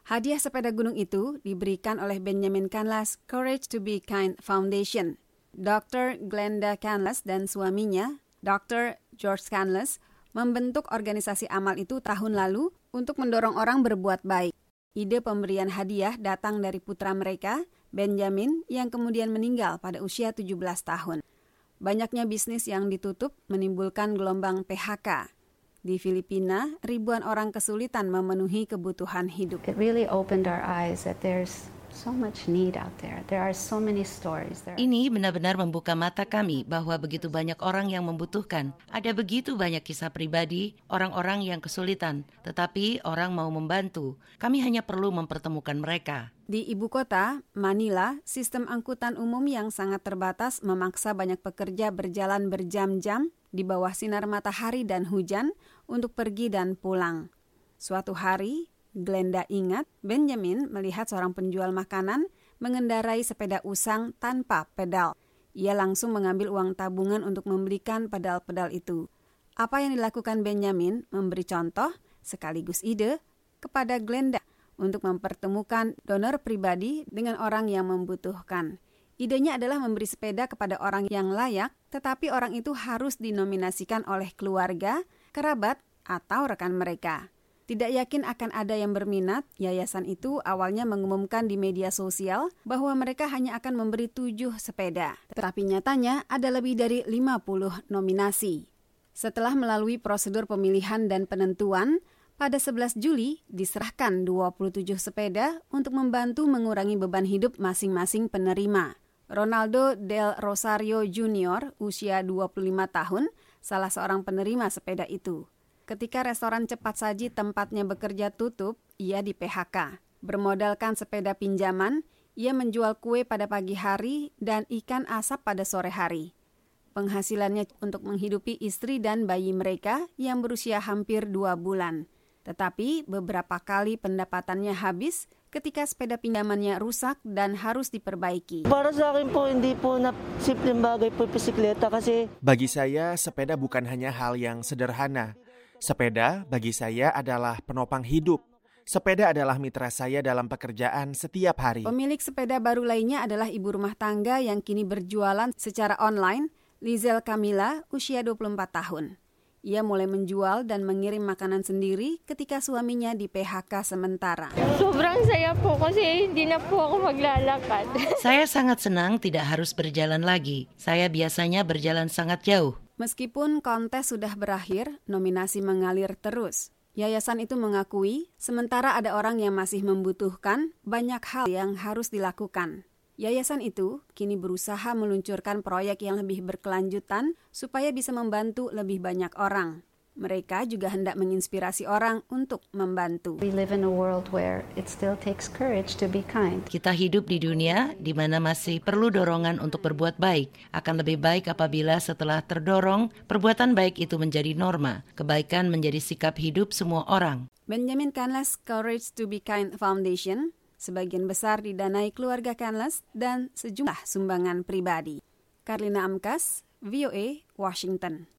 Hadiah sepeda gunung itu diberikan oleh Benjamin Canlas Courage to be Kind Foundation. Dr. Glenda Canlas dan suaminya, Dr. George Canlas, membentuk organisasi amal itu tahun lalu untuk mendorong orang berbuat baik. Ide pemberian hadiah datang dari putra mereka, Benjamin, yang kemudian meninggal pada usia 17 tahun. Banyaknya bisnis yang ditutup menimbulkan gelombang PHK. Di Filipina, ribuan orang kesulitan memenuhi kebutuhan hidup. It really opened our eyes that there's so much need out there. There are so many stories. Ini benar-benar membuka mata kami bahwa begitu banyak orang yang membutuhkan. Ada begitu banyak kisah pribadi, orang-orang yang kesulitan, tetapi orang mau membantu. Kami hanya perlu mempertemukan mereka. Di ibu kota, Manila, sistem angkutan umum yang sangat terbatas memaksa banyak pekerja berjalan berjam-jam di bawah sinar matahari dan hujan untuk pergi dan pulang. Suatu hari, Glenda ingat Benjamin melihat seorang penjual makanan mengendarai sepeda usang tanpa pedal. Ia langsung mengambil uang tabungan untuk membelikan pedal-pedal itu. Apa yang dilakukan Benjamin memberi contoh sekaligus ide kepada Glenda untuk mempertemukan donor pribadi dengan orang yang membutuhkan. Idenya adalah memberi sepeda kepada orang yang layak, tetapi orang itu harus dinominasikan oleh keluarga, kerabat, atau rekan mereka. Tidak yakin akan ada yang berminat, yayasan itu awalnya mengumumkan di media sosial bahwa mereka hanya akan memberi 7 sepeda. Tetapi nyatanya ada lebih dari 50 nominasi. Setelah melalui prosedur pemilihan dan penentuan, pada 11 Juli diserahkan 27 sepeda untuk membantu mengurangi beban hidup masing-masing penerima. Ronaldo Del Rosario Jr., usia 25 tahun, salah seorang penerima sepeda itu. Ketika restoran cepat saji tempatnya bekerja tutup, ia di PHK. Bermodalkan sepeda pinjaman, ia menjual kue pada pagi hari dan ikan asap pada sore hari. Penghasilannya untuk menghidupi istri dan bayi mereka yang berusia hampir 2 bulan. Tetapi beberapa kali pendapatannya habis ketika sepeda pinjamannya rusak dan harus diperbaiki. Para sa akin po, hindi po na simpleng bagay po bisikleta kasi... Bagi saya, sepeda bukan hanya hal yang sederhana. Sepeda bagi saya adalah penopang hidup. Sepeda adalah mitra saya dalam pekerjaan setiap hari. Pemilik sepeda baru lainnya adalah ibu rumah tangga yang kini berjualan secara online, Lizel Camila, usia 24 tahun. Ia mulai menjual dan mengirim makanan sendiri ketika suaminya di PHK sementara. Sobrang saya po kasi hindi na po ako maglalakad. Saya sangat senang tidak harus berjalan lagi. Saya biasanya berjalan sangat jauh. Meskipun kontes sudah berakhir, nominasi mengalir terus. Yayasan itu mengakui, sementara ada orang yang masih membutuhkan, banyak hal yang harus dilakukan. Yayasan itu kini berusaha meluncurkan proyek yang lebih berkelanjutan supaya bisa membantu lebih banyak orang. Mereka juga hendak menginspirasi orang untuk membantu. We live in a world where it still takes courage to be kind. Kita hidup di dunia di mana masih perlu dorongan untuk berbuat baik. Akan lebih baik apabila setelah terdorong, perbuatan baik itu menjadi norma. Kebaikan menjadi sikap hidup semua orang. Benjamin Canlas Courage to be Kind Foundation sebagian besar didanai keluarga Canlas dan sejumlah sumbangan pribadi. Karlina Amkas, VOA, Washington.